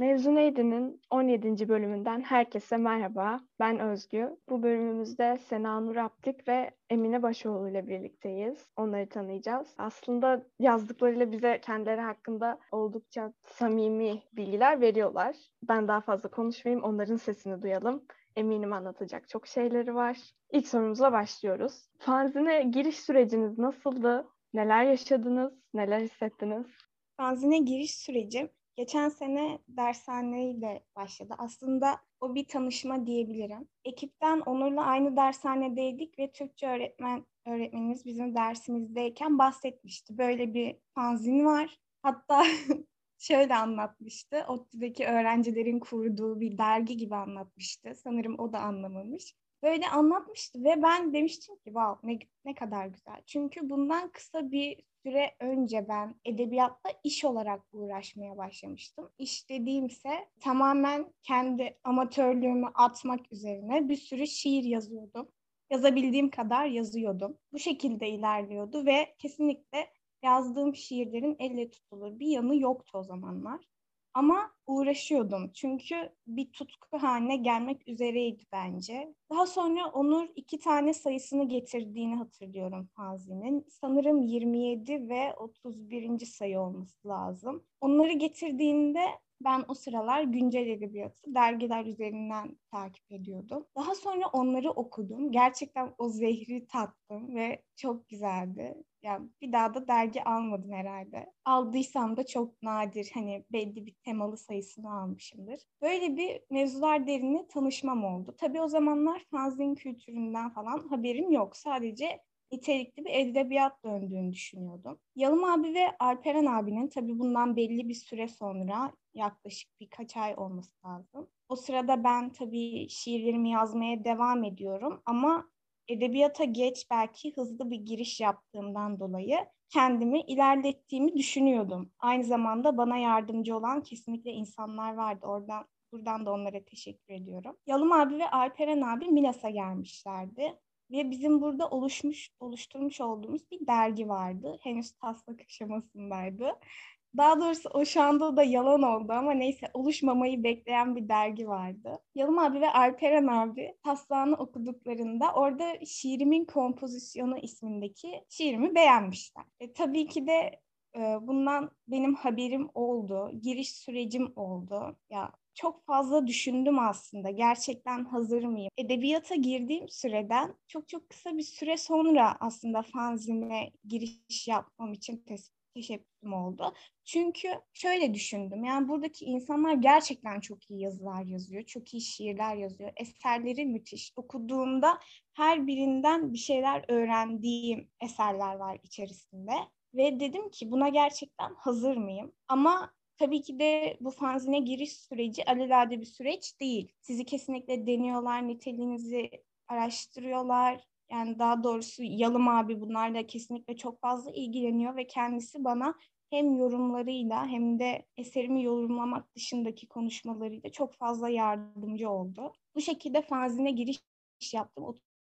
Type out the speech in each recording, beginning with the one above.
Mevzu Neydi'nin 17. bölümünden herkese merhaba. Ben Özgü. Bu bölümümüzde Sena Nur Aptik ve Emine Başoğlu ile birlikteyiz. Onları tanıyacağız. Aslında yazdıklarıyla bize kendileri hakkında oldukça samimi bilgiler veriyorlar. Ben daha fazla konuşmayayım, onların sesini duyalım. Eminim anlatacak çok şeyleri var. İlk sorumuzla başlıyoruz. Fanzine giriş süreciniz nasıldı? Neler yaşadınız? Neler hissettiniz? Fanzine giriş süreci geçen sene dershaneyle başladı. Aslında o bir tanışma diyebilirim. Ekipten Onur'la aynı dershanedeydik ve Türkçe öğretmenimiz bizim dersimizdeyken bahsetmişti. Böyle bir fanzin var. Hatta şöyle anlatmıştı. ODTÜ'deki öğrencilerin kurduğu bir dergi gibi anlatmıştı. Sanırım o da anlamamış. Böyle anlatmıştı ve ben demiştim ki wow, ne kadar güzel. Çünkü bundan kısa bir süre önce ben edebiyatla iş olarak uğraşmaya başlamıştım. İş dediğimse tamamen kendi amatörlüğümü atmak üzerine bir sürü şiir yazıyordum. Yazabildiğim kadar yazıyordum. Bu şekilde ilerliyordu ve kesinlikle yazdığım şiirlerin elle tutulur bir yanı yoktu o zamanlar. Ama uğraşıyordum çünkü bir tutku haline gelmek üzereydi bence. Daha sonra Onur 2 tane sayısını getirdiğini hatırlıyorum fanzinin. Sanırım 27 ve 31. sayı olması lazım. Onları getirdiğinde ben o sıralar güncel edebiyatı dergiler üzerinden takip ediyordum. Daha sonra onları okudum. Gerçekten o zehri tattım ve çok güzeldi. Yani bir daha da dergi almadım herhalde. Aldıysam da çok nadir. Hani belli bir temalı sayısını almışımdır. Böyle bir mevzular derine tanışmam oldu. Tabii o zamanlar fanzin kültüründen falan haberim yok. Sadece nitelikli bir edebiyat döndüğünü düşünüyordum. Yalım abi ve Alperen abinin tabii bundan belli bir süre sonra yaklaşık birkaç ay olması lazım. O sırada ben tabii şiirlerimi yazmaya devam ediyorum ama edebiyata geç belki hızlı bir giriş yaptığımdan dolayı kendimi ilerlettiğimi düşünüyordum. Aynı zamanda bana yardımcı olan kesinlikle insanlar vardı. Buradan da onlara teşekkür ediyorum. Yalım abi ve Alperen abi Milas'a gelmişlerdi. Ve bizim burada oluşturmuş olduğumuz bir dergi vardı. Henüz taslak aşamasındaydı. Daha doğrusu o şu anda da yalan oldu ama neyse oluşmamayı bekleyen bir dergi vardı. Yalım abi ve Alperen abi taslağını okuduklarında orada şiirimin kompozisyonu ismindeki şiirimi beğenmişler. Tabii ki de bundan benim haberim oldu. Giriş sürecim oldu. Ya çok fazla düşündüm aslında. Gerçekten hazır mıyım? Edebiyata girdiğim süreden çok kısa bir süre sonra aslında fanzine giriş yapmam için teşebbüsüm oldu. Çünkü şöyle düşündüm. Yani buradaki insanlar gerçekten çok iyi yazılar yazıyor. Çok iyi şiirler yazıyor. Eserleri müthiş. Okuduğumda her birinden bir şeyler öğrendiğim eserler var içerisinde. Ve dedim ki buna gerçekten hazır mıyım? Ama tabii ki de bu fanzine giriş süreci alelade bir süreç değil. Sizi kesinlikle deniyorlar, niteliğinizi araştırıyorlar. Yani daha doğrusu Yalım abi bunlarla kesinlikle çok fazla ilgileniyor ve kendisi bana hem yorumlarıyla hem de eserimi yorumlamak dışındaki konuşmalarıyla çok fazla yardımcı oldu. Bu şekilde fanzine giriş yaptım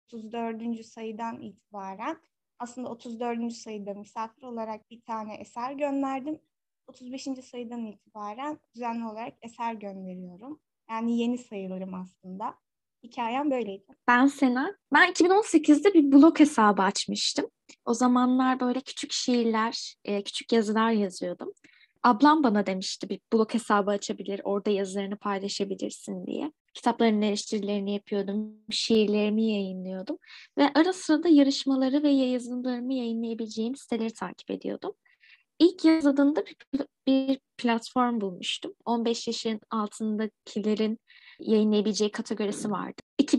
34. sayıdan itibaren. Aslında 34. sayıda misafir olarak bir tane eser gönderdim. 35. sayıdan itibaren düzenli olarak eser gönderiyorum. Yani yeni sayılırım aslında. Hikayem böyleydi. Ben Sena. Ben 2018'de bir blog hesabı açmıştım. O zamanlar böyle küçük şiirler, küçük yazılar yazıyordum. Ablam bana demişti bir blog hesabı açabilir, orada yazılarını paylaşabilirsin diye. Kitapların eleştirilerini yapıyordum, şiirlerimi yayınlıyordum. Ve ara sıra da yarışmaları ve yazılarımı yayınlayabileceğim siteleri takip ediyordum. İlk yazıldığında bir platform bulmuştum. 15 yaşın altındakilerin yayınlayabileceği kategorisi vardı.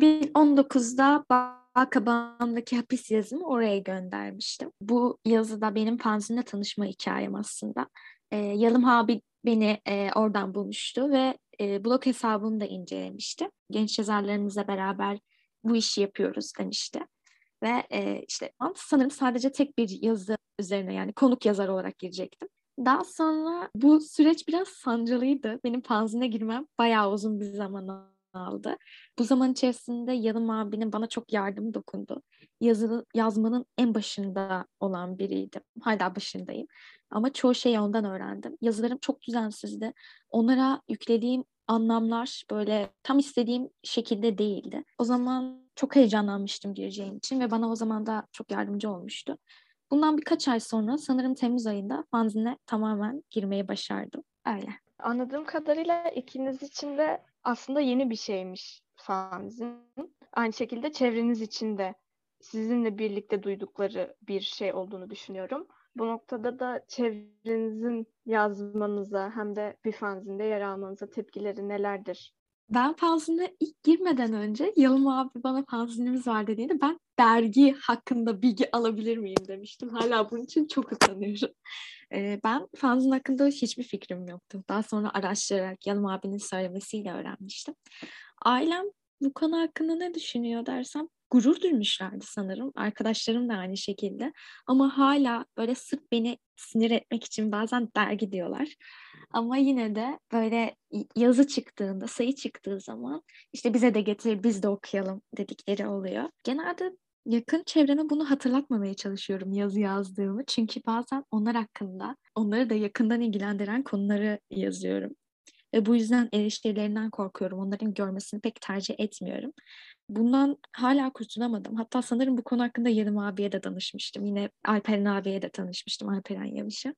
2019'da Balkabağ'daki hapis yazımı oraya göndermiştim. Bu yazıda benim fanzinle tanışma hikayem aslında. Yalım abi beni oradan bulmuştu ve blog hesabımı da incelemişti. Genç yazarlarımızla beraber bu işi yapıyoruz demişti. Ve işte ben sanırım sadece tek bir yazı üzerine yani konuk yazar olarak girecektim. Daha sonra bu süreç biraz sancılıydı. Benim fanzine girmem bayağı uzun bir zaman aldı. Bu zaman içerisinde Yalım abinin bana çok yardımı dokundu. Yazmanın en başında olan biriydim. Hala başındayım. Ama çoğu şeyi ondan öğrendim. Yazılarım çok düzensizdi. Onlara yüklediğim anlamlar böyle tam istediğim şekilde değildi. O zaman çok heyecanlanmıştım gireceğim için ve bana o zaman da çok yardımcı olmuştu. Bundan birkaç ay sonra sanırım Temmuz ayında fanzine tamamen girmeyi başardım. Öyle. Anladığım kadarıyla ikiniz için de aslında yeni bir şeymiş fanzin. Aynı şekilde çevreniz için de sizinle birlikte duydukları bir şey olduğunu düşünüyorum. Bu noktada da çevrenizin yazmanıza hem de bir fanzinde yer almanıza tepkileri nelerdir? Ben fanzine ilk girmeden önce Yalım abi bana fanzinimiz var dediğinde ben dergi hakkında bilgi alabilir miyim demiştim. Hala bunun için çok utanıyorum. Ben fanzin hakkında hiçbir fikrim yoktu. Daha sonra araştırarak Yalım abinin söylemesiyle öğrenmiştim. Ailem bu konu hakkında ne düşünüyor dersem gurur duymuşlardı sanırım. Arkadaşlarım da aynı şekilde. Ama hala böyle sırf beni sinir etmek için bazen dergi diyorlar. Ama yine de böyle yazı çıktığında, sayı çıktığı zaman işte bize de getir, biz de okuyalım dedikleri oluyor. Genelde yakın çevreme bunu hatırlatmamaya çalışıyorum yazı yazdığımı. Çünkü bazen onlar hakkında, onları da yakından ilgilendiren konuları yazıyorum. Ve bu yüzden eleştirilerinden korkuyorum. Onların görmesini pek tercih etmiyorum. Bundan hala kurtulamadım. Hatta sanırım bu konu hakkında Yerim abiye de danışmıştım. Yine Alperen abiye de tanışmıştım. Alperen Yamış'a.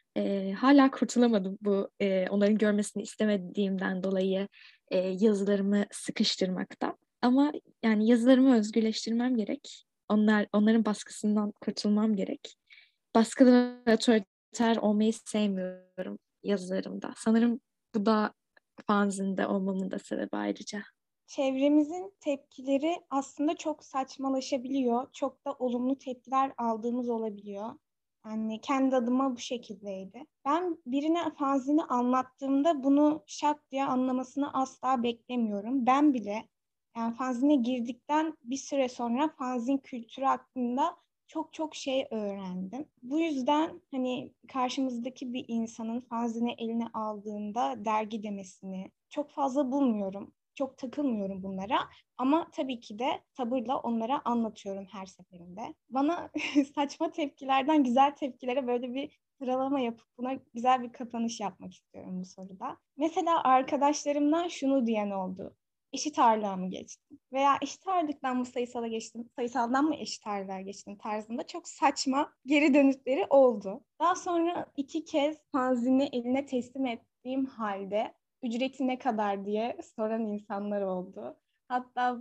Hala kurtulamadım bu onların görmesini istemediğimden dolayı yazılarımı sıkıştırmaktan. Ama yani yazılarımı özgürleştirmem gerek. Onların baskısından kurtulmam gerek. Baskılı ve otoriter olmayı sevmiyorum yazılarımda. Sanırım bu da fanzinde olmamın da sebebi ayrıca. Çevremizin tepkileri aslında çok saçmalaşabiliyor. Çok da olumlu tepkiler aldığımız olabiliyor. Yani kendi adıma bu şekildeydi. Ben birine fanzini anlattığımda bunu şak diye anlamasını asla beklemiyorum. Ben bile yani fanzine girdikten bir süre sonra fanzin kültürü hakkında çok çok şey öğrendim. Bu yüzden hani karşımızdaki bir insanın fanzini eline aldığında dergi demesini çok fazla bulmuyorum. Çok takılmıyorum bunlara ama tabii ki de sabırla onlara anlatıyorum her seferinde. Bana saçma tepkilerden güzel tepkilere böyle bir sıralama yapıp buna güzel bir kapanış yapmak istiyorum bu soruda. Mesela arkadaşlarımdan şunu diyen oldu. Eşit ağırlığa mı geçtim? Veya eşit ağırlıktan mı sayısala geçtim? Sayısaldan mı eşit ağırlığa geçtim tarzında çok saçma geri dönüşleri oldu. Daha sonra 2 kez fanzini eline teslim ettiğim halde ücreti ne kadar diye soran insanlar oldu. Hatta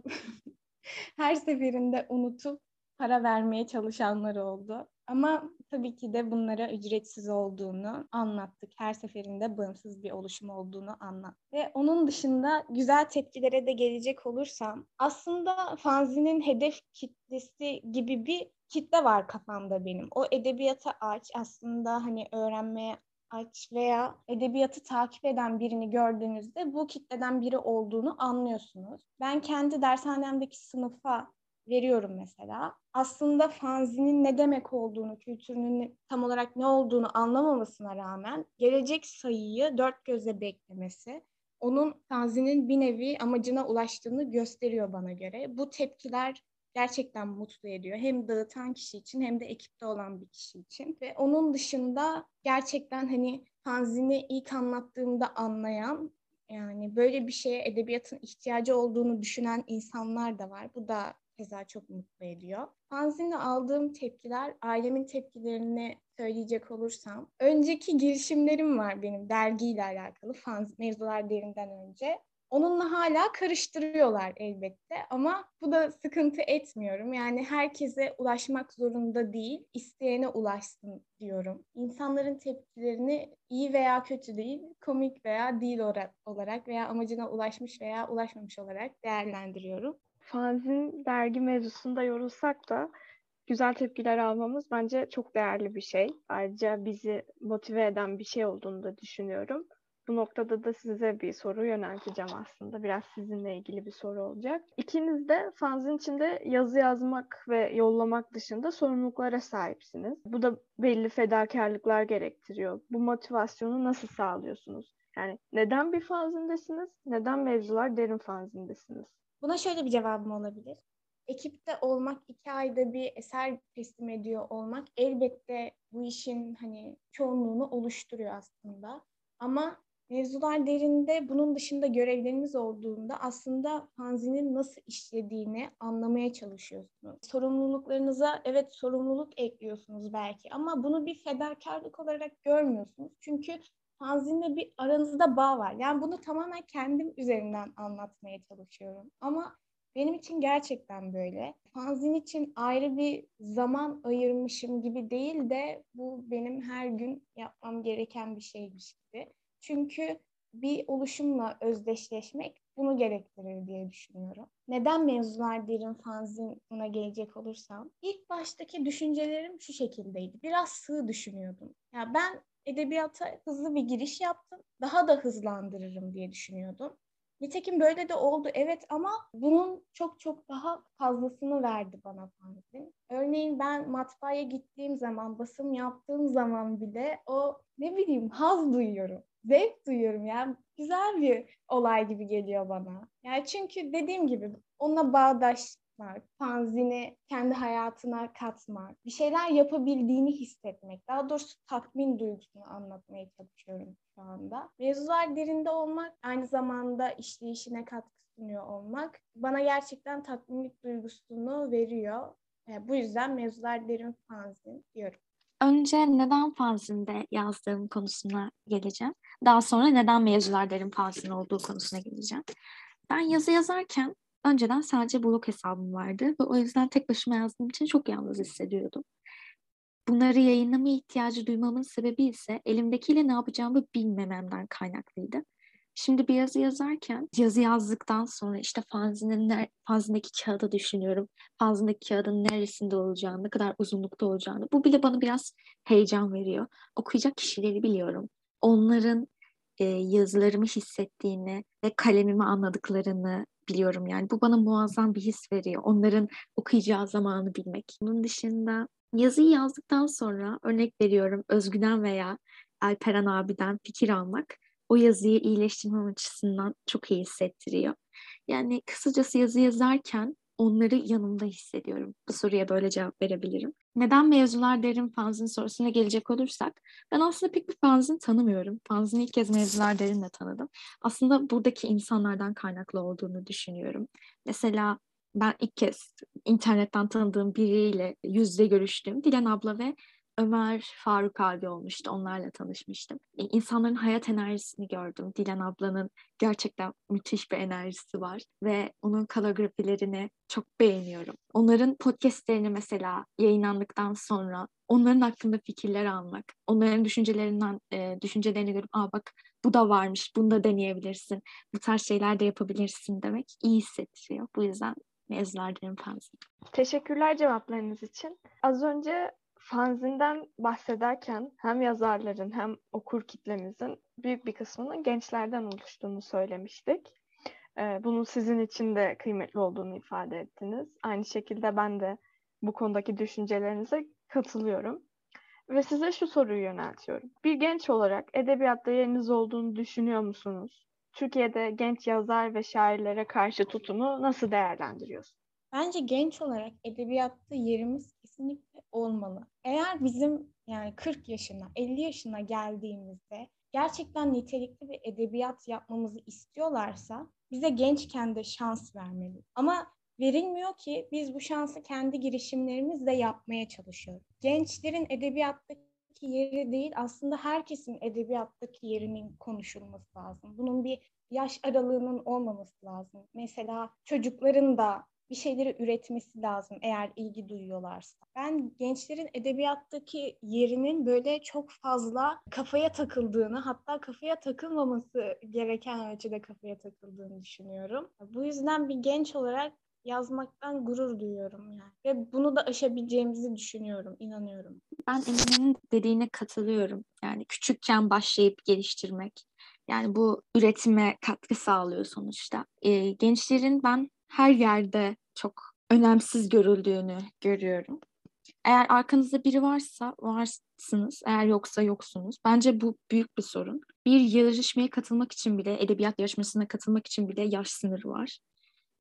her seferinde unutup para vermeye çalışanlar oldu. Ama tabii ki de bunlara ücretsiz olduğunu anlattık. Her seferinde bağımsız bir oluşum olduğunu anlattık. Ve onun dışında güzel tepkilere de gelecek olursam aslında fanzinin hedef kitlesi gibi bir kitle var kafamda benim. O edebiyata aç, aslında hani öğrenmeye aç veya edebiyatı takip eden birini gördüğünüzde bu kitleden biri olduğunu anlıyorsunuz. Ben kendi dershanemdeki sınıfa veriyorum mesela. Aslında fanzinin ne demek olduğunu, kültürünün tam olarak ne olduğunu anlamamasına rağmen gelecek sayıyı dört gözle beklemesi, onun fanzinin bir nevi amacına ulaştığını gösteriyor bana göre. Bu tepkiler gerçekten mutlu ediyor. Hem dağıtan kişi için hem de ekipte olan bir kişi için. Ve onun dışında gerçekten hani fanzini ilk anlattığımda anlayan, yani böyle bir şeye edebiyatın ihtiyacı olduğunu düşünen insanlar da var. Bu da keza çok mutlu ediyor. Fanzine aldığım tepkiler, ailemin tepkilerini söyleyecek olursam, önceki girişimlerim var benim dergiyle alakalı, mevzular derinden önce. Onunla hala karıştırıyorlar elbette ama bu da sıkıntı etmiyorum. Yani herkese ulaşmak zorunda değil, isteyene ulaşsın diyorum. İnsanların tepkilerini iyi veya kötü değil, komik veya değil olarak veya amacına ulaşmış veya ulaşmamış olarak değerlendiriyorum. Fanzin dergi mevzusunda yorulsak da güzel tepkiler almamız bence çok değerli bir şey. Ayrıca bizi motive eden bir şey olduğunu da düşünüyorum. Bu noktada da size bir soru yönelteceğim aslında. Biraz sizinle ilgili bir soru olacak. İkiniz de fanzin içinde yazı yazmak ve yollamak dışında sorumluluklara sahipsiniz. Bu da belli fedakarlıklar gerektiriyor. Bu motivasyonu nasıl sağlıyorsunuz? Yani neden bir fanzindesiniz? Neden mevzular derin fanzindesiniz? Buna şöyle bir cevabım olabilir. ekipte olmak, 2 ayda bir eser teslim ediyor olmak elbette bu işin hani çoğunluğunu oluşturuyor aslında. Ama mevzular derinde bunun dışında görevleriniz olduğunda aslında fanzinin nasıl işlediğini anlamaya çalışıyorsunuz. Sorumluluklarınıza evet sorumluluk ekliyorsunuz belki ama bunu bir fedakarlık olarak görmüyorsunuz. Çünkü fanzinle bir aranızda bağ var. Yani bunu tamamen kendim üzerinden anlatmaya çalışıyorum. Ama benim için gerçekten böyle. Fanzin için ayrı bir zaman ayırmışım gibi değil de bu benim her gün yapmam gereken bir şeymiş gibi. Çünkü bir oluşumla özdeşleşmek bunu gerektirir diye düşünüyorum. Neden Mevzular Derin fanzinine gelecek olursam, ilk baştaki düşüncelerim şu şekildeydi. Biraz sığ düşünüyordum. Ya ben edebiyata hızlı bir giriş yaptım. Daha da hızlandırırım diye düşünüyordum. Nitekim böyle de oldu evet ama bunun çok çok daha fazlasını verdi bana fanzin. Örneğin ben matbaaya gittiğim zaman, basım yaptığım zaman bile o ne bileyim haz duyuyorum. Zevk duyuyorum yani güzel bir olay gibi geliyor bana. Yani çünkü dediğim gibi onunla bağdaşmak, fanzini kendi hayatına katmak, bir şeyler yapabildiğini hissetmek, daha doğrusu tatmin duygusunu anlatmaya çalışıyorum şu anda. Mevzular derinde olmak, aynı zamanda işleyişine katkı sunuyor olmak bana gerçekten tatminlik duygusunu veriyor. Bu yüzden mevzular derin fanzin diyorum. Önce neden fanzinde yazdığım konusuna geleceğim. Daha sonra neden mevzular derin fanzin olduğu konusuna geleceğim. Ben yazı yazarken önceden sadece blog hesabım vardı ve o yüzden tek başıma yazdığım için çok yalnız hissediyordum. Bunları yayınlama ihtiyacı duymamın sebebi ise elimdekiyle ne yapacağımı bilmememden kaynaklıydı. Şimdi bir yazı yazarken, yazı yazdıktan sonra işte fanzindeki kağıdı düşünüyorum. Fanzindeki kağıdın neresinde olacağını, ne kadar uzunlukta olacağını. Bu bile bana biraz heyecan veriyor. Okuyacak kişileri biliyorum. Onların yazılarımı hissettiğini ve kalemimi anladıklarını biliyorum. Yani bu bana muazzam bir his veriyor. Onların okuyacağı zamanı bilmek. Bunun dışında yazıyı yazdıktan sonra örnek veriyorum Özgü'den veya Alperen abiden fikir almak o yazıyı iyileştirmem açısından çok iyi hissettiriyor. Yani kısacası yazı yazarken onları yanımda hissediyorum. Bu soruya böyle cevap verebilirim. Neden mevzular derin fanzin sorusuna gelecek olursak, ben aslında pek bir fanzin tanımıyorum. Fanzini ilk kez mevzular derinle tanıdım. Aslında buradaki insanlardan kaynaklı olduğunu düşünüyorum. Mesela ben ilk kez internetten tanıdığım biriyle yüz yüze görüştüm. Dilan abla ve Ömer Faruk abi olmuştu. Onlarla tanışmıştım. İnsanların hayat enerjisini gördüm. Dilan ablanın gerçekten müthiş bir enerjisi var ve onun kaligrafilerini çok beğeniyorum. Onların podcastlerini mesela yayınlandıktan sonra onların hakkında fikirler almak, onların düşüncelerini görüp bak bu da varmış, bunu da deneyebilirsin, bu tarz şeyler de yapabilirsin demek iyi hissettiriyor. Bu yüzden mevzular derim fanzin. Teşekkürler cevaplarınız için. Az önce fanzinden bahsederken hem yazarların hem okur kitlemizin büyük bir kısmının gençlerden oluştuğunu söylemiştik. Bunun sizin için de kıymetli olduğunu ifade ettiniz. Aynı şekilde ben de bu konudaki düşüncelerinize katılıyorum. Ve size şu soruyu yöneltiyorum. Bir genç olarak edebiyatta yeriniz olduğunu düşünüyor musunuz? Türkiye'de genç yazar ve şairlere karşı tutumu nasıl değerlendiriyorsunuz? Bence genç olarak edebiyatta yerimiz kesinlikle olmalı. Eğer bizim yani 40 yaşına, 50 yaşına geldiğimizde gerçekten nitelikli bir edebiyat yapmamızı istiyorlarsa bize gençken de şans vermeli. Ama verilmiyor ki biz bu şansı kendi girişimlerimizle yapmaya çalışıyoruz. Gençlerin edebiyattaki yeri değil aslında herkesin edebiyattaki yerinin konuşulması lazım. Bunun bir yaş aralığının olmaması lazım. Mesela çocukların da bir şeyleri üretmesi lazım eğer ilgi duyuyorlarsa. Ben gençlerin edebiyattaki yerinin böyle çok fazla kafaya takıldığını, hatta kafaya takılmaması gereken ölçüde kafaya takıldığını düşünüyorum. Bu yüzden bir genç olarak yazmaktan gurur duyuyorum yani. Ve bunu da aşabileceğimizi düşünüyorum, inanıyorum. Ben Emine'nin dediğine katılıyorum. Yani küçükken başlayıp geliştirmek. Yani bu üretime katkı sağlıyor sonuçta. Gençlerin ben her yerde çok önemsiz görüldüğünü görüyorum. Eğer arkanızda biri varsa varsınız, eğer yoksa yoksunuz. Bence bu büyük bir sorun. Bir yarışmaya katılmak için bile, edebiyat yarışmasına katılmak için bile yaş sınırı var.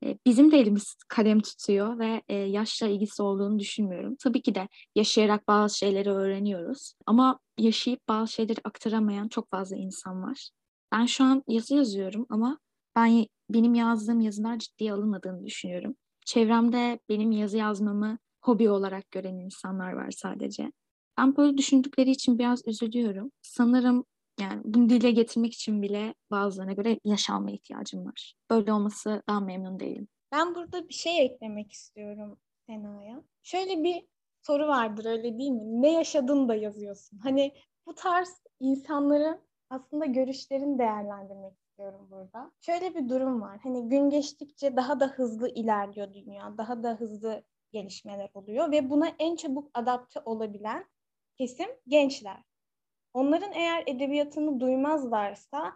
Bizim de elimiz kalem tutuyor ve yaşla ilgisi olduğunu düşünmüyorum. Tabii ki de yaşayarak bazı şeyleri öğreniyoruz. Ama yaşayıp bazı şeyleri aktaramayan çok fazla insan var. Ben şu an yazı yazıyorum ama benim yazdığım yazılar ciddiye alınmadığını düşünüyorum. Çevremde benim yazı yazmamı hobi olarak gören insanlar var sadece. Ben böyle düşündükleri için biraz üzülüyorum. Sanırım yani bunu dile getirmek için bile bazılarına göre yaş alma ihtiyacım var. Böyle olması daha memnun değilim. Ben burada bir şey eklemek istiyorum Sena'ya. Şöyle bir soru vardır, öyle değil mi? Ne yaşadın da yazıyorsun? Hani bu tarz insanların aslında görüşlerini değerlendirmek istiyorum burada. Şöyle bir durum var. Hani gün geçtikçe daha da hızlı ilerliyor dünya. Daha da hızlı gelişmeler oluyor ve buna en çabuk adapte olabilen kesim gençler. Onların eğer edebiyatını duymazlarsa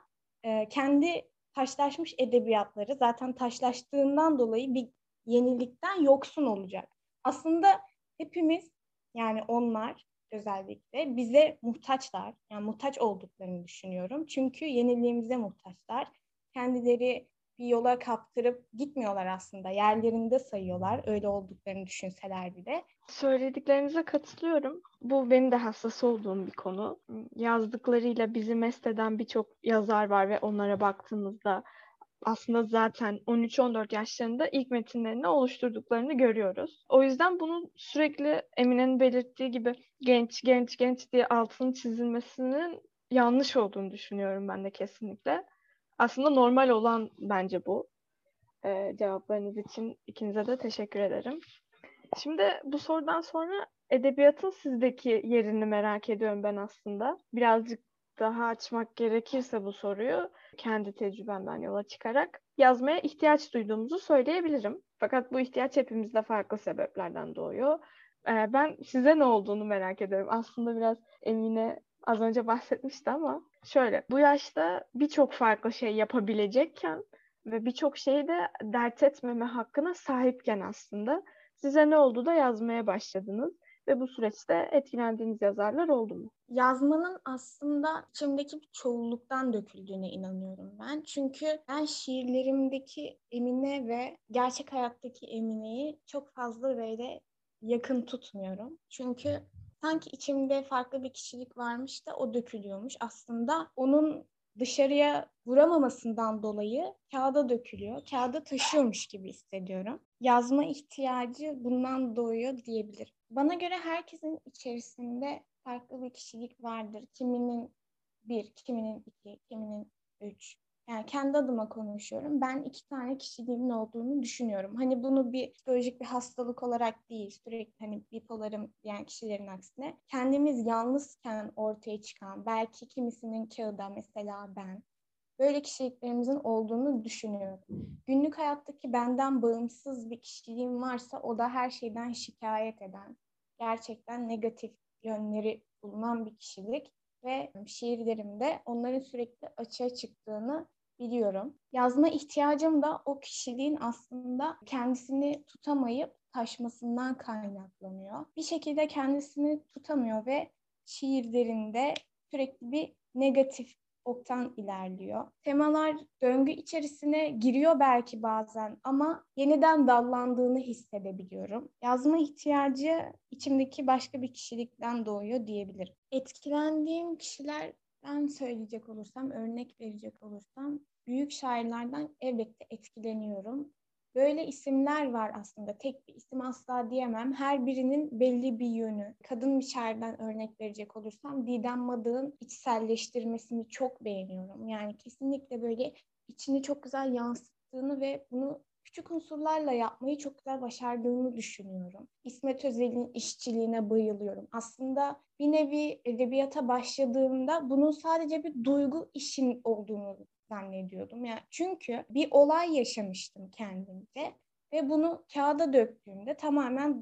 kendi taşlaşmış edebiyatları zaten taşlaştığından dolayı bir yenilikten yoksun olacak. Aslında hepimiz, yani onlar özellikle bize muhtaçlar. Yani muhtaç olduklarını düşünüyorum. Çünkü yeniliğimize muhtaçlar. Kendileri bir yola kaptırıp gitmiyorlar aslında. Yerlerinde sayıyorlar. Öyle olduklarını düşünseler bile. Söylediklerinize katılıyorum. Bu benim de hassas olduğum bir konu. Yazdıklarıyla bizi mest eden birçok yazar var ve onlara baktığımızda aslında zaten 13-14 yaşlarında ilk metinlerini oluşturduklarını görüyoruz. O yüzden bunun sürekli Emine'nin belirttiği gibi genç genç genç diye altının çizilmesinin yanlış olduğunu düşünüyorum ben de kesinlikle. Aslında normal olan bence bu. Cevaplarınız için ikinize de teşekkür ederim. Şimdi bu sorudan sonra edebiyatın sizdeki yerini merak ediyorum ben aslında. Birazcık daha açmak gerekirse bu soruyu kendi tecrübemden yola çıkarak yazmaya ihtiyaç duyduğumuzu söyleyebilirim. Fakat bu ihtiyaç hepimizde farklı sebeplerden doğuyor. Ben size ne olduğunu merak ediyorum. Aslında biraz Emine az önce bahsetmişti ama şöyle, bu yaşta birçok farklı şey yapabilecekken ve birçok şeyi de dert etmeme hakkına sahipken aslında size ne oldu da yazmaya başladınız ve bu süreçte etkilendiğiniz yazarlar oldu mu? Yazmanın aslında içimdeki bir çoğunluktan döküldüğüne inanıyorum ben. Çünkü ben şiirlerimdeki Emine ve gerçek hayattaki Emine'yi çok fazla böyle yakın tutmuyorum. Çünkü sanki içimde farklı bir kişilik varmış da o dökülüyormuş. Aslında onun dışarıya vuramamasından dolayı kağıda dökülüyor. Kağıda taşıyormuş gibi hissediyorum. Yazma ihtiyacı bundan doğuyor diyebilirim. Bana göre herkesin içerisinde farklı bir kişilik vardır. Kiminin bir, kiminin iki, kiminin üç. Yani kendi adıma konuşuyorum. Ben 2 tane kişiliğimin olduğunu düşünüyorum. Hani bunu bir psikolojik bir hastalık olarak değil, sürekli hani bipolarım diyen kişilerin aksine kendimiz yalnızken ortaya çıkan, belki kimisinin kağıda, mesela ben, böyle kişiliklerimizin olduğunu düşünüyorum. Günlük hayattaki benden bağımsız bir kişiliğim varsa o da her şeyden şikayet eden, gerçekten negatif yönleri bulunan bir kişilik ve şiirlerimde onların sürekli açığa çıktığını biliyorum. Yazma ihtiyacım da o kişiliğin aslında kendisini tutamayıp taşmasından kaynaklanıyor. Bir şekilde kendisini tutamıyor ve şiirlerinde sürekli bir negatif oktan ilerliyor. Temalar döngü içerisine giriyor belki bazen ama yeniden dallandığını hissedebiliyorum. Yazma ihtiyacı içimdeki başka bir kişilikten doğuyor diyebilirim. Etkilendiğim kişilerden söyleyecek olursam, örnek verecek olursam büyük şairlerden elbette etkileniyorum. Böyle isimler var aslında. Tek bir isim asla diyemem. Her birinin belli bir yönü. Kadın bir şairden örnek verecek olursam Didem Madık'ın içselleştirmesini çok beğeniyorum. Yani kesinlikle böyle içini çok güzel yansıttığını ve bunu küçük unsurlarla yapmayı çok güzel başardığını düşünüyorum. İsmet Özel'in işçiliğine bayılıyorum. Aslında bir nevi edebiyata başladığımda bunun sadece bir duygu işin olduğunu zannediyordum. Yani çünkü bir olay yaşamıştım kendimce ve bunu kağıda döktüğümde tamamen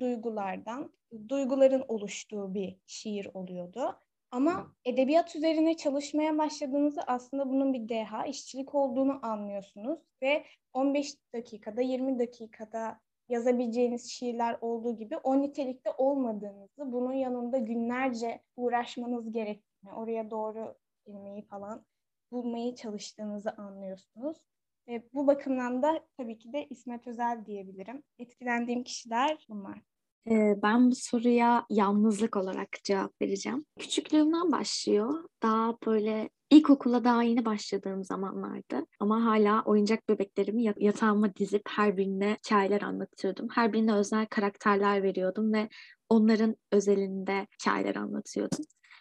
duyguların oluştuğu bir şiir oluyordu. Ama edebiyat üzerine çalışmaya başladığınızda aslında bunun bir deha, işçilik olduğunu anlıyorsunuz ve 15 dakikada, 20 dakikada yazabileceğiniz şiirler olduğu gibi o nitelikte olmadığınızı, bunun yanında günlerce uğraşmanız gerektiğini, oraya doğru kelimeyi falan bulmaya çalıştığınızı anlıyorsunuz. Bu bakımdan da tabii ki de İsmet Özel diyebilirim. Etkilendiğim kişiler bunlar. Ben bu soruya yalnızlık olarak cevap vereceğim. Küçüklüğümden başlıyor. Daha böyle ilkokula daha yeni başladığım zamanlardı. Ama hala oyuncak bebeklerimi yatağıma dizip her birine hikayeler anlatıyordum. Her birine özel karakterler veriyordum ve onların özelinde hikayeler anlatıyordum.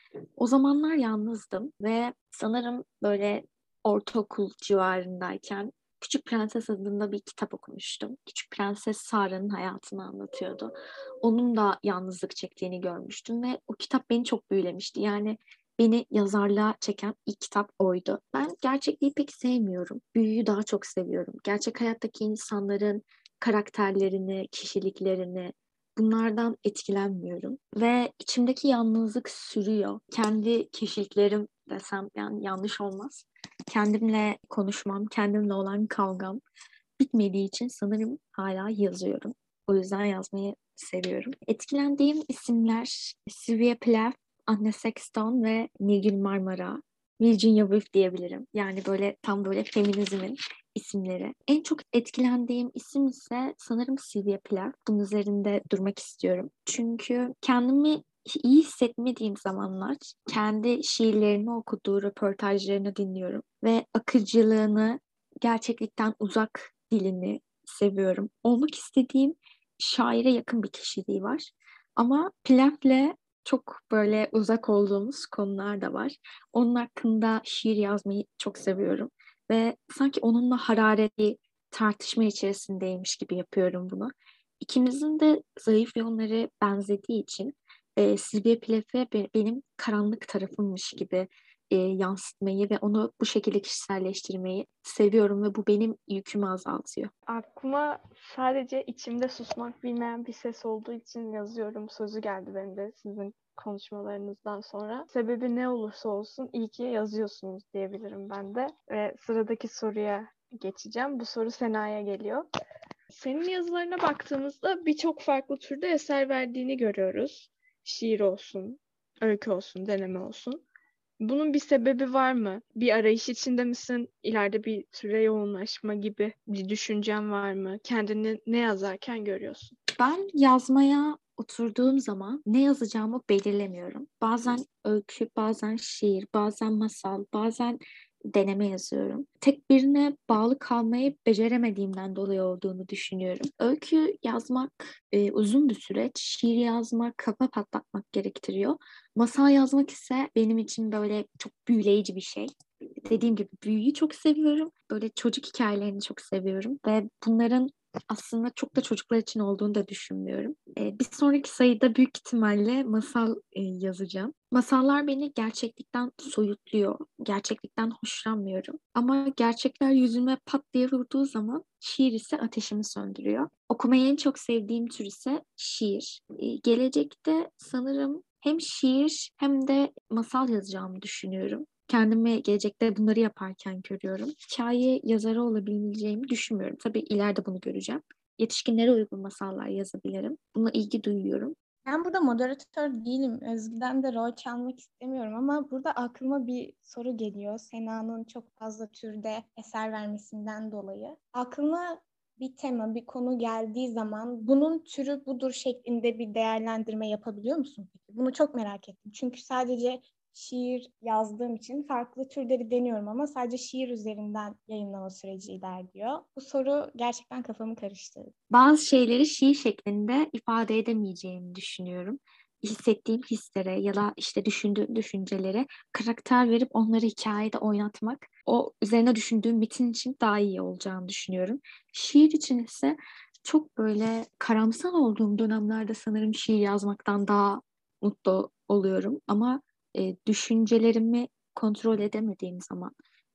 O zamanlar yalnızdım ve sanırım böyle ortaokul civarındayken Küçük Prenses adında bir kitap okumuştum. Küçük Prenses Sara'nın hayatını anlatıyordu. Onun da yalnızlık çektiğini görmüştüm ve o kitap beni çok büyülemişti. Yani beni yazarlığa çeken ilk kitap oydu. Ben gerçekliği pek sevmiyorum. Büyüyü daha çok seviyorum. Gerçek hayattaki insanların karakterlerini, kişiliklerini, bunlardan etkilenmiyorum. Ve içimdeki yalnızlık sürüyor. Kendi kişiliklerim desem yani yanlış olmaz. Kendimle konuşmam, kendimle olan kavgam bitmediği için sanırım hala yazıyorum. O yüzden yazmayı seviyorum. Etkilendiğim isimler Sylvia Plath, Anne Sexton ve Nilgün Marmara, Virginia Woolf diyebilirim. Yani böyle tam böyle feminizmin isimleri. En çok etkilendiğim isim ise sanırım Sylvia Plath. Bunun üzerinde durmak istiyorum. Çünkü kendimi iyi hissetmediğim zamanlar kendi şiirlerini okuduğu röportajlarını dinliyorum ve akıcılığını, gerçeklikten uzak dilini seviyorum. Olmak istediğim şaire yakın bir kişiliği var. Ama Plath'le çok böyle uzak olduğumuz konular da var. Onun hakkında şiir yazmayı çok seviyorum. Ve sanki onunla hararetli tartışma içerisindeymiş gibi yapıyorum bunu. İkimizin de zayıf yönleri benzediği için Sylvia Plath'e benim karanlık tarafımmış gibi yansıtmayı ve onu bu şekilde kişiselleştirmeyi seviyorum ve bu benim yükümü azaltıyor. Aklıma sadece içimde susmak bilmeyen bir ses olduğu için yazıyorum sözü geldi benim de sizin konuşmalarınızdan sonra. Sebebi ne olursa olsun iyi ki yazıyorsunuz diyebilirim ben de. Ve sıradaki soruya geçeceğim. Bu soru Sena'ya geliyor. Senin yazılarına baktığımızda birçok farklı türde eser verdiğini görüyoruz. Şiir olsun, öykü olsun, deneme olsun. Bunun bir sebebi var mı? Bir arayış içinde misin? İleride bir türe yoğunlaşma gibi bir düşüncen var mı? Kendini ne yazarken görüyorsun? Ben yazmaya oturduğum zaman ne yazacağımı belirlemiyorum. Bazen öykü, bazen şiir, bazen masal, bazen deneme yazıyorum. Tek birine bağlı kalmayı beceremediğimden dolayı olduğunu düşünüyorum. Öykü yazmak uzun bir süreç. Şiir yazmak, kafa patlatmak gerektiriyor. Masal yazmak ise benim için böyle çok büyüleyici bir şey. Dediğim gibi büyüyü çok seviyorum. Böyle çocuk hikayelerini çok seviyorum ve bunların aslında çok da çocuklar için olduğunu da düşünmüyorum. Bir sonraki sayıda büyük ihtimalle masal yazacağım. Masallar beni gerçeklikten soyutluyor. Gerçeklikten hoşlanmıyorum. Ama gerçekler yüzüme pat diye vurduğu zaman şiir ise ateşimi söndürüyor. Okumayı en çok sevdiğim tür ise şiir. Gelecekte sanırım hem şiir hem de masal yazacağımı düşünüyorum. Kendimi gelecekte bunları yaparken görüyorum. Hikaye yazarı olabileceğimi düşünmüyorum. Tabii ileride bunu göreceğim. Yetişkinlere uygun masallar yazabilirim. Buna ilgi duyuyorum. Ben burada moderatör değilim. Özgü'den de rol çalmak istemiyorum ama burada aklıma bir soru geliyor. Sena'nın çok fazla türde eser vermesinden dolayı. Aklına bir tema, bir konu geldiği zaman bunun türü budur şeklinde bir değerlendirme yapabiliyor musun peki? Bunu çok merak ettim. Çünkü sadece şiir yazdığım için farklı türleri deniyorum ama sadece şiir üzerinden yayınlama süreci ilerliyor. Bu soru gerçekten kafamı karıştırdı. Bazı şeyleri şiir şeklinde ifade edemeyeceğimi düşünüyorum. Hissettiğim hislere ya da işte düşündüğüm düşüncelere karakter verip onları hikayede oynatmak o üzerine düşündüğüm metin için daha iyi olacağını düşünüyorum. Şiir için ise çok böyle karamsar olduğum dönemlerde sanırım şiir yazmaktan daha mutlu oluyorum. Ama düşüncelerimi kontrol edemediğim zaman,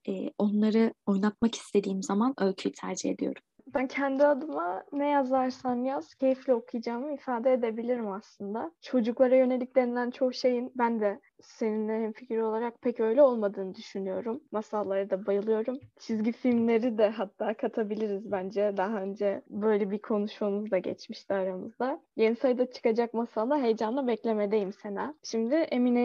onları oynatmak istediğim zaman öyküyü tercih ediyorum. Ben kendi adıma ne yazarsan yaz keyifle okuyacağımı ifade edebilirim aslında. Çocuklara yönelik denilen çoğu şeyin ben de seninle hemfikir olarak pek öyle olmadığını düşünüyorum. Masallara da bayılıyorum. Çizgi filmleri de hatta katabiliriz bence. Daha önce böyle bir konuşmamız da geçmişti aramızda. Yeni sayıda çıkacak masalla heyecanla beklemedeyim Sena. Şimdi Emine'ye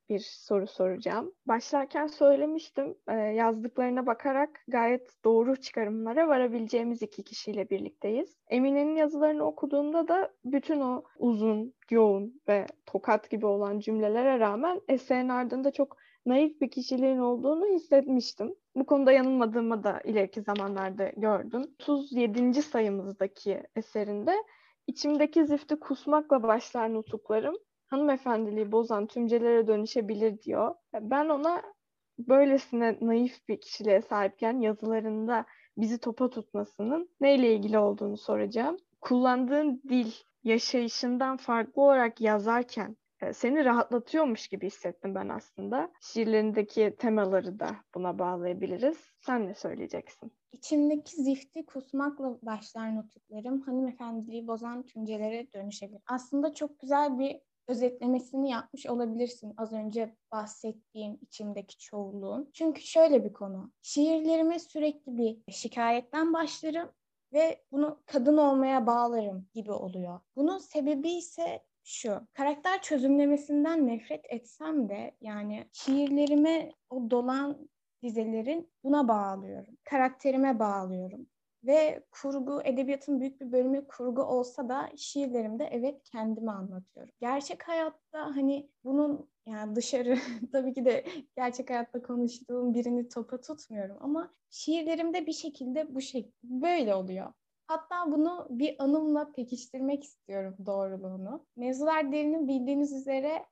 bir soru soracağım. Başlarken söylemiştim, yazdıklarına bakarak gayet doğru çıkarımlara varabileceğimiz iki kişiyle birlikteyiz. Emine'nin yazılarını okuduğumda da bütün o uzun, yoğun ve tokat gibi olan cümlelere rağmen eserin ardında çok naif bir kişiliğin olduğunu hissetmiştim. Bu konuda yanılmadığımı da ileriki zamanlarda gördüm. 37. sayımızdaki eserinde içimdeki zifti kusmakla başlar nutuklarım, hanımefendiliği bozan tümcelere dönüşebilir diyor. Ben ona böylesine naif bir kişiliğe sahipken yazılarında bizi topa tutmasının neyle ilgili olduğunu soracağım. Kullandığın dil, yaşayışından farklı olarak yazarken seni rahatlatıyormuş gibi hissettim ben aslında. Şiirlerindeki temaları da buna bağlayabiliriz. Sen ne söyleyeceksin? İçimdeki zifti kusmakla başlar nutuklarım, hanımefendiliği bozan tümcelere dönüşebilir. Aslında çok güzel bir özetlemesini yapmış olabilirsin az önce bahsettiğim içimdeki çoğulluğun. Çünkü şöyle bir konu. Şiirlerime sürekli bir şikayetten başlarım ve bunu kadın olmaya bağlarım gibi oluyor. Bunun sebebi ise şu: karakter çözümlemesinden nefret etsem de yani şiirlerime o dolan dizelerin buna bağlıyorum. Karakterime bağlıyorum. Ve kurgu, edebiyatın büyük bir bölümü kurgu olsa da şiirlerimde evet kendimi anlatıyorum. Gerçek hayatta hani bunun yani dışarı tabii ki de gerçek hayatta konuştuğum birini topa tutmuyorum ama şiirlerimde bir şekilde böyle oluyor. Hatta bunu bir anımla pekiştirmek istiyorum doğruluğunu. Mevzular Derin'in bildiğiniz üzere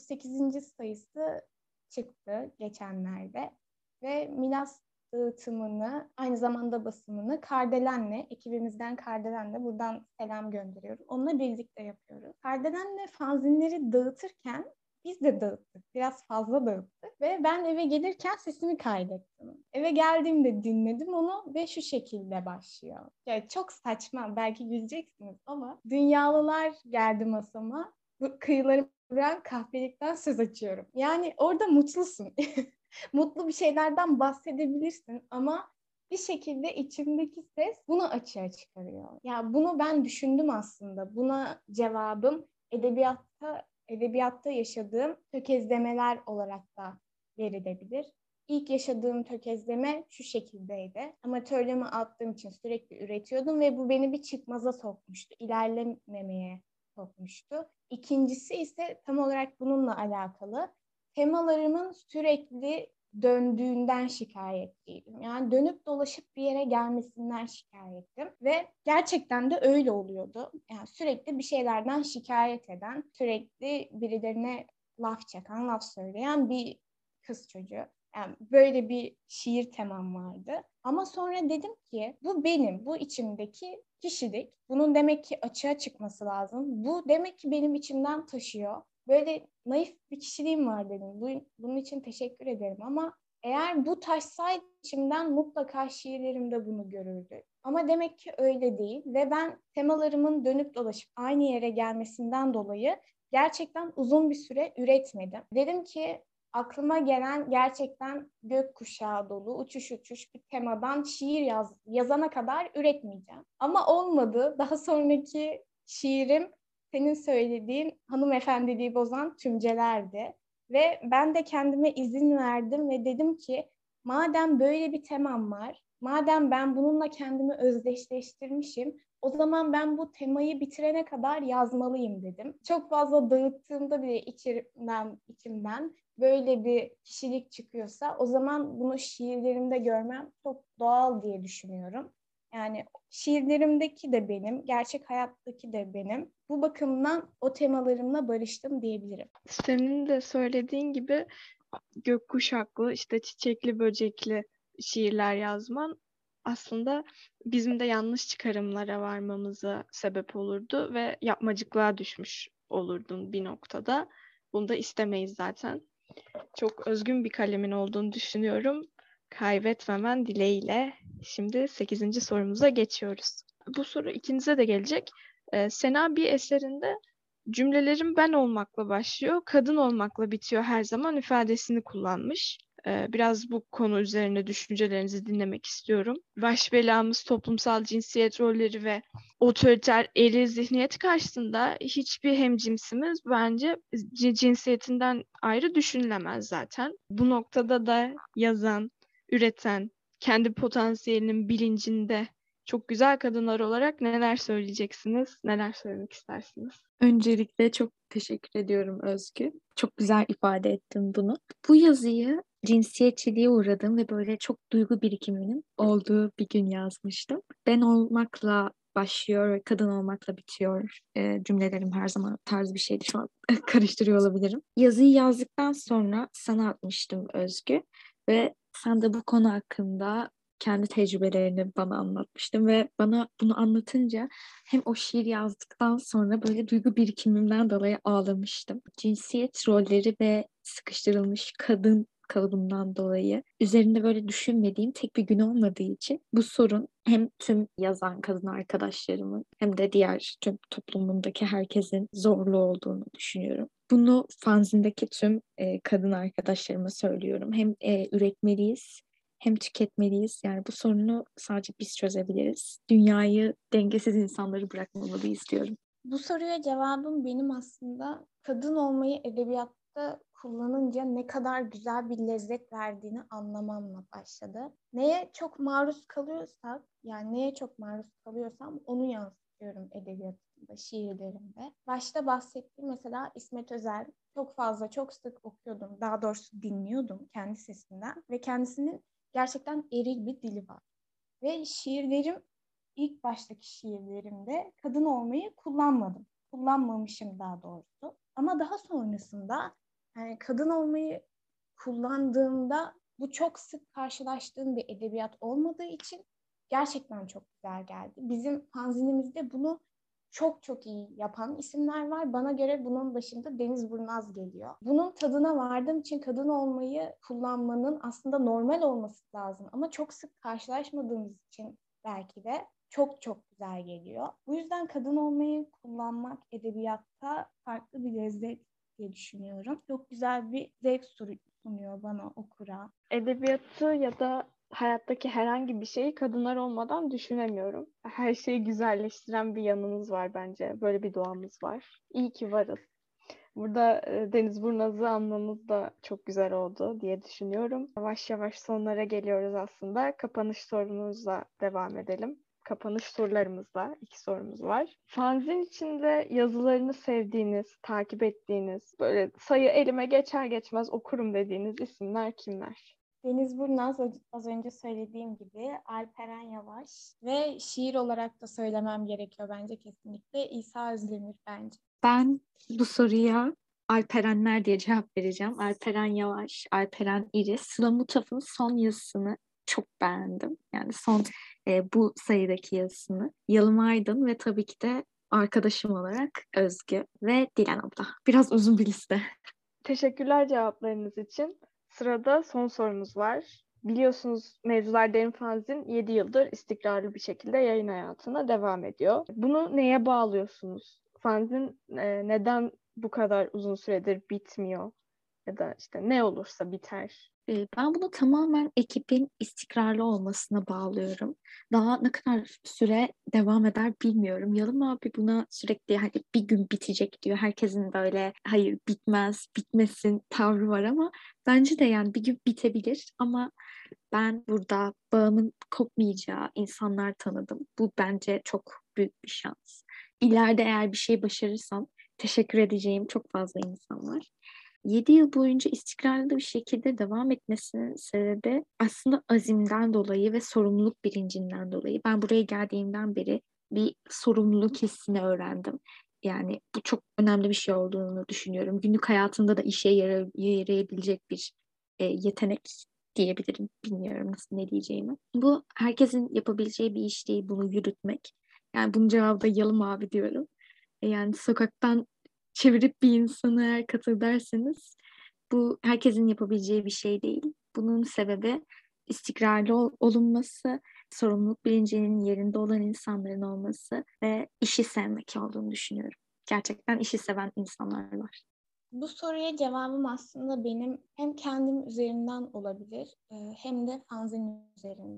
38. sayısı çıktı geçenlerde ve Milas dağıtımını, aynı zamanda basımını Kardelen'le, ekibimizden Kardelen'le buradan selam gönderiyorum. Onunla birlikte yapıyoruz. Kardelen'le fanzinleri dağıtırken biz de dağıttık. Biraz fazla dağıttık. Ve ben eve gelirken sesimi kaydettim. Eve geldiğimde dinledim onu ve şu şekilde başlıyor. Yani çok saçma, belki güleceksiniz ama dünyalılar geldi masama. Bu kıyıları vuran kahpelikten söz açıyorum. Yani orada mutlusun. Mutlu bir şeylerden bahsedebilirsin ama bir şekilde içindeki ses bunu açığa çıkarıyor. Ya bunu ben düşündüm aslında. Buna cevabım edebiyatta yaşadığım tökezlemeler olarak da verilebilir. İlk yaşadığım tökezleme şu şekildeydi. Amatörlüğümü attığım için sürekli üretiyordum ve bu beni bir çıkmaza sokmuştu. İlerlememeye sokmuştu. İkincisi ise tam olarak bununla alakalı. Temalarımın sürekli döndüğünden şikayetliydim. Yani dönüp dolaşıp bir yere gelmesinden şikayettim. Ve gerçekten de öyle oluyordu. Yani sürekli bir şeylerden şikayet eden, sürekli birilerine laf çakan, laf söyleyen bir kız çocuğu. Yani böyle bir şiir temam vardı. Ama sonra dedim ki bu benim, bu içimdeki kişilik. Bunun demek ki açığa çıkması lazım. Bu demek ki benim içimden taşıyor. Böyle naif bir kişiliğim var dedim. Bunun için teşekkür ederim ama eğer bu taşsaydı içimden mutlaka şiirlerimde bunu görürdü. Ama demek ki öyle değil ve ben temalarımın dönüp dolaşıp aynı yere gelmesinden dolayı gerçekten uzun bir süre üretmedim. Dedim ki aklıma gelen gerçekten gökkuşağı dolu, uçuş uçuş bir temadan şiir yazana kadar üretmeyeceğim. Ama olmadı. Daha sonraki şiirim senin söylediğin hanımefendiliği bozan tümcelerdi. Ve ben de kendime izin verdim ve dedim ki madem böyle bir temam var, madem ben bununla kendimi özdeşleştirmişim, o zaman ben bu temayı bitirene kadar yazmalıyım dedim. Çok fazla dağıttığımda bile içimden böyle bir kişilik çıkıyorsa o zaman bunu şiirlerimde görmem çok doğal diye düşünüyorum. Yani şiirlerimdeki de benim, gerçek hayattaki de benim. Bu bakımdan o temalarımla barıştım diyebilirim. Senin de söylediğin gibi gökkuşaklı, işte çiçekli, böcekli şiirler yazman aslında bizim de yanlış çıkarımlara varmamıza sebep olurdu ve yapmacıklığa düşmüş olurdun bir noktada. Bunu da istemeyiz zaten. Çok özgün bir kalemin olduğunu düşünüyorum. Kaybetmemen dileğiyle. Şimdi 8. sorumuza geçiyoruz. Bu soru ikinize de gelecek. Sena bir eserinde cümlelerim ben olmakla başlıyor, kadın olmakla bitiyor her zaman ifadesini kullanmış. Biraz bu konu üzerine düşüncelerinizi dinlemek istiyorum. Baş belamız toplumsal cinsiyet rolleri ve otoriter, eril zihniyet karşısında hiçbir hemcinsimiz bence cinsiyetinden ayrı düşünülemez zaten. Bu noktada da yazan, üreten, kendi potansiyelinin bilincinde çok güzel kadınlar olarak neler söyleyeceksiniz, neler söylemek istersiniz? Öncelikle çok teşekkür ediyorum Özgü. Çok güzel ifade ettin bunu. Bu yazıyı cinsiyetçiliğe uğradığım ve böyle çok duygu birikiminin olduğu bir gün yazmıştım. Ben olmakla başlıyor ve kadın olmakla bitiyor. Cümlelerim her zaman tarz bir şeydi. Şu an karıştırıyor olabilirim. Yazıyı yazdıktan sonra sana atmıştım Özgü ve sen de bu konu hakkında kendi tecrübelerini bana anlatmıştın ve bana bunu anlatınca hem o şiir yazdıktan sonra böyle duygu birikimimden dolayı ağlamıştım. Cinsiyet rolleri ve sıkıştırılmış kadın kalıbından dolayı üzerinde böyle düşünmediğim tek bir gün olmadığı için bu sorun hem tüm yazan kadın arkadaşlarımın hem de diğer tüm toplumundaki herkesin zorlu olduğunu düşünüyorum. Bunu fanzindeki tüm kadın arkadaşlarıma söylüyorum. Hem üretmeliyiz hem tüketmeliyiz. Yani bu sorunu sadece biz çözebiliriz. Dünyayı dengesiz insanları bırakmamalıyız diyorum. Bu soruya cevabım benim aslında kadın olmayı edebiyatta kullanınca ne kadar güzel bir lezzet verdiğini anlamamla başladı. Neye çok maruz kalıyorsak, yani neye çok maruz kalıyorsam onu yansıtıyorum edebiyatımda, şiirlerimde. Başta bahsettiğim mesela İsmet Özel çok fazla, çok sık okuyordum. Daha doğrusu dinliyordum kendi sesinden ve kendisinin gerçekten eril bir dili var. Ve şiirlerim, ilk baştaki şiirlerimde kadın olmayı kullanmadım. Kullanmamışım daha doğrusu. Ama daha sonrasında yani kadın olmayı kullandığımda bu çok sık karşılaştığım bir edebiyat olmadığı için gerçekten çok güzel geldi. Bizim fanzinimizde bunu çok çok iyi yapan isimler var. Bana göre bunun başında Deniz Burnaz geliyor. Bunun tadına vardığım için kadın olmayı kullanmanın aslında normal olması lazım. Ama çok sık karşılaşmadığımız için belki de çok çok güzel geliyor. Bu yüzden kadın olmayı kullanmak edebiyatta farklı bir lezzet diye düşünüyorum. Çok güzel bir zevk sunuyor bana, okura. Edebiyatı ya da hayattaki herhangi bir şeyi kadınlar olmadan düşünemiyorum. Her şeyi güzelleştiren bir yanımız var bence. Böyle bir doğamız var. İyi ki varız. Burada Deniz Burnaz'ı anmamız da çok güzel oldu diye düşünüyorum. Yavaş yavaş sonlara geliyoruz aslında. Kapanış sorumuzla devam edelim. Kapanış sorularımızla 2 sorumuz var. Fanzin içinde yazılarını sevdiğiniz, takip ettiğiniz, böyle sayı elime geçer geçmez okurum dediğiniz isimler kimler? Deniz Burnaz, az önce söylediğim gibi, Alperen Yavaş ve şiir olarak da söylemem gerekiyor bence kesinlikle İsa Özdemir bence. Ben bu soruya Alperenler diye cevap vereceğim. Alperen Yavaş, Alperen İris. Sıla Mutaf'ın son yazısını çok beğendim. Yani son bu sayıdaki yazısını. Yalım Aydın ve tabii ki de arkadaşım olarak Özgü ve Dilan abla. Biraz uzun bir liste. Teşekkürler cevaplarınız için. Sırada son sorumuz var. Biliyorsunuz Mevzular Derin Fanzin 7 yıldır istikrarlı bir şekilde yayın hayatına devam ediyor. Bunu neye bağlıyorsunuz? Fanzin neden bu kadar uzun süredir bitmiyor? Ya da işte ne olursa biter. Ben bunu tamamen ekibin istikrarlı olmasına bağlıyorum. Daha ne kadar süre devam eder bilmiyorum. Yalın abi buna sürekli hani bir gün bitecek diyor. Herkesin böyle hayır bitmez, bitmesin tavrı var ama bence de yani bir gün bitebilir ama ben burada bağımın kopmayacağı insanlar tanıdım. Bu bence çok büyük bir şans. İleride eğer bir şey başarırsam teşekkür edeceğim çok fazla insan var. 7 yıl boyunca istikrarlı bir şekilde devam etmesinin sebebi aslında azimden dolayı ve sorumluluk bilincinden dolayı. Ben buraya geldiğimden beri bir sorumluluk hissini öğrendim. Yani bu çok önemli bir şey olduğunu düşünüyorum. Günlük hayatında da işe yarayabilecek bir yetenek diyebilirim. Bilmiyorum nasıl ne diyeceğimi. Bu herkesin yapabileceği bir iş değil bunu yürütmek. Yani bunun cevabı da Yalım abi diyorum. Yani sokaktan çevirip bir insanı eğer katıl derseniz bu herkesin yapabileceği bir şey değil. Bunun sebebi istikrarlı olunması, sorumluluk bilincinin yerinde olan insanların olması ve işi sevmek olduğunu düşünüyorum. Gerçekten işi seven insanlar var. Bu soruya cevabım aslında benim hem kendim üzerinden olabilir hem de fanzin üzerinden.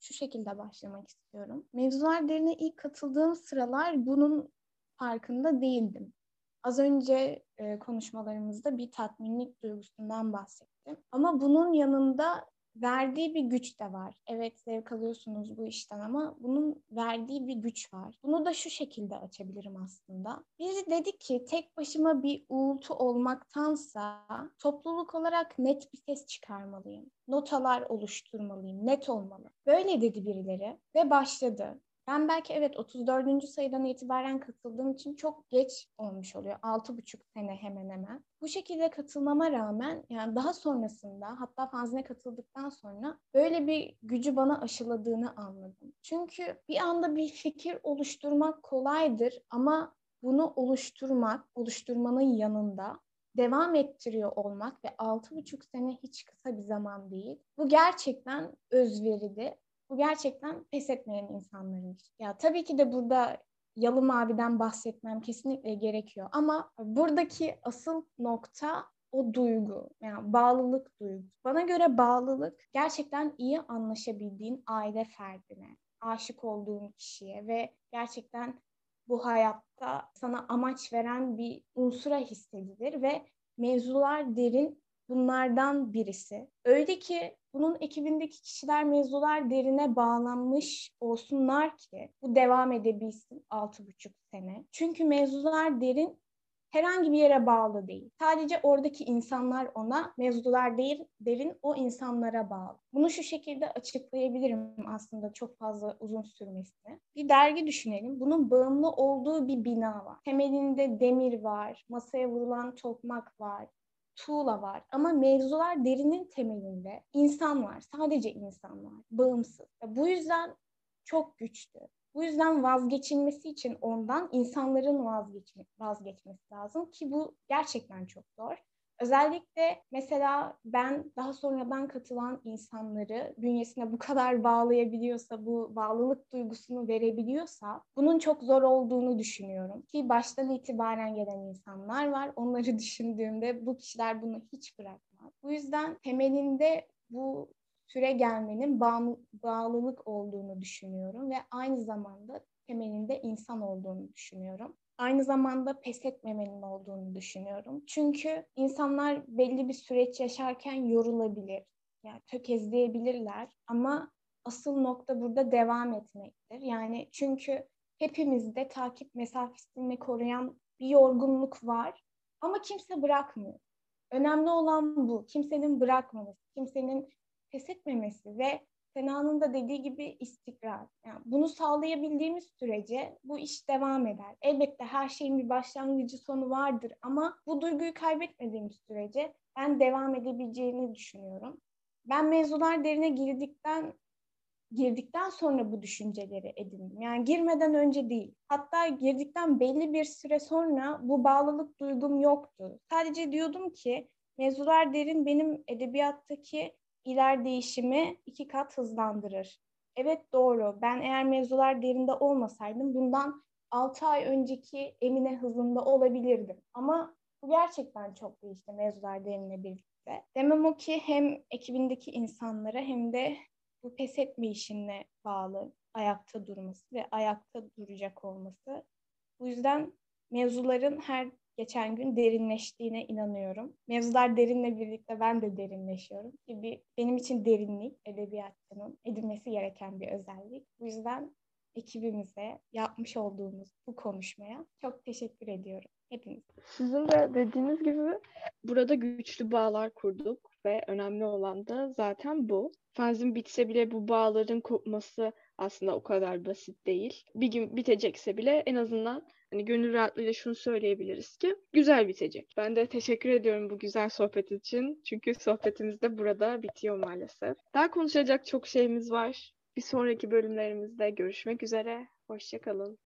şu şekilde başlamak istiyorum. Mevzular Derine ilk katıldığım sıralar bunun farkında değildim. Az önce konuşmalarımızda bir tatminlik duygusundan bahsettim. Ama bunun yanında verdiği bir güç de var. Evet, zevk alıyorsunuz bu işten ama bunun verdiği bir güç var. Bunu da şu şekilde açabilirim aslında. Biri dedi ki tek başıma bir uğultu olmaktansa topluluk olarak net bir ses çıkarmalıyım. Notalar oluşturmalıyım, net olmalı. Böyle dedi birileri ve başladı. Ben belki evet 34. sayıdan itibaren katıldığım için çok geç olmuş oluyor. 6,5 sene hemen hemen. Bu şekilde katılmama rağmen yani daha sonrasında hatta fanzine katıldıktan sonra böyle bir gücü bana aşıladığını anladım. Çünkü bir anda bir fikir oluşturmak kolaydır ama bunu oluşturmanın yanında devam ettiriyor olmak ve 6,5 sene hiç kısa bir zaman değil. Bu gerçekten özverili. Bu gerçekten pes etmeyen insanların işi. Ya tabii ki de burada Yalı Mavi'den bahsetmem kesinlikle gerekiyor. Ama buradaki asıl nokta o duygu. Yani bağlılık duygusu. Bana göre bağlılık gerçekten iyi anlaşabildiğin aile ferdine, aşık olduğun kişiye ve gerçekten bu hayatta sana amaç veren bir unsura hissedilir ve Mevzular Derin bunlardan birisi. Öyle ki bunun ekibindeki kişiler Mevzular Derin'e bağlanmış olsunlar ki bu devam edebilsin 6,5 sene. Çünkü Mevzular Derin herhangi bir yere bağlı değil. Sadece oradaki insanlar ona, Mevzular Derin o insanlara bağlı. Bunu şu şekilde açıklayabilirim aslında çok fazla uzun sürmesine. Bir dergi düşünelim. Bunun bağımlı olduğu bir bina var. Temelinde demir var, masaya vurulan tokmak var, tuğla var. Ama Mevzular Derin'in temelinde insan var. Sadece insan var. Bağımsız. Bu yüzden çok güçlü. Bu yüzden vazgeçilmesi için ondan insanların vazgeçmesi lazım ki bu gerçekten çok zor. Özellikle mesela ben daha sonradan katılan insanları bünyesine bu kadar bağlayabiliyorsa, bu bağlılık duygusunu verebiliyorsa bunun çok zor olduğunu düşünüyorum. Ki baştan itibaren gelen insanlar var. Onları düşündüğümde bu kişiler bunu hiç bırakmaz. Bu yüzden temelinde bu süre gelmenin bağlılık olduğunu düşünüyorum ve aynı zamanda temelinde insan olduğunu düşünüyorum. Aynı zamanda pes etmemenin olduğunu düşünüyorum. Çünkü insanlar belli bir süreç yaşarken yorulabilir, yani tökezleyebilirler ama asıl nokta burada devam etmektir. Yani çünkü hepimizde takip mesafesini koruyan bir yorgunluk var ama kimse bırakmıyor. Önemli olan bu. Kimsenin bırakmaması, kimsenin pes etmemesi ve Sena'nın da dediği gibi istikrar. Yani bunu sağlayabildiğimiz sürece bu iş devam eder. Elbette her şeyin bir başlangıcı sonu vardır ama bu duyguyu kaybetmediğimiz sürece ben devam edebileceğini düşünüyorum. Ben Mevzular Derine girdikten sonra bu düşünceleri edindim. Yani girmeden önce değil. Hatta girdikten belli bir süre sonra bu bağlılık duygum yoktu. Sadece diyordum ki Mevzular Derin benim edebiyattaki ilerleyişimi 2 kat hızlandırır. Evet doğru. Ben eğer Mevzular Derin'de olmasaydım bundan 6 ay önceki Emine hızında olabilirdim. Ama bu gerçekten çok değişti Mevzular Derin'le birlikte. Demem o ki hem ekibindeki insanlara hem de bu pes etme işine bağlı ayakta durması ve ayakta duracak olması. Bu yüzden mevzuların her geçen gün derinleştiğine inanıyorum. Mevzular derinle birlikte ben de derinleşiyorum. Benim için derinlik edebiyatçının edinmesi gereken bir özellik. Bu yüzden ekibimize yapmış olduğumuz bu konuşmaya çok teşekkür ediyorum hepiniz. Sizin de dediğiniz gibi burada güçlü bağlar kurduk ve önemli olan da zaten bu. Fanzin bitse bile bu bağların kopması aslında o kadar basit değil. Bir gün bitecekse bile en azından hani gönül rahatlığıyla şunu söyleyebiliriz ki güzel bitecek. Ben de teşekkür ediyorum bu güzel sohbet için. Çünkü sohbetimiz de burada bitiyor maalesef. Daha konuşacak çok şeyimiz var. Bir sonraki bölümlerimizde görüşmek üzere. Hoşça kalın.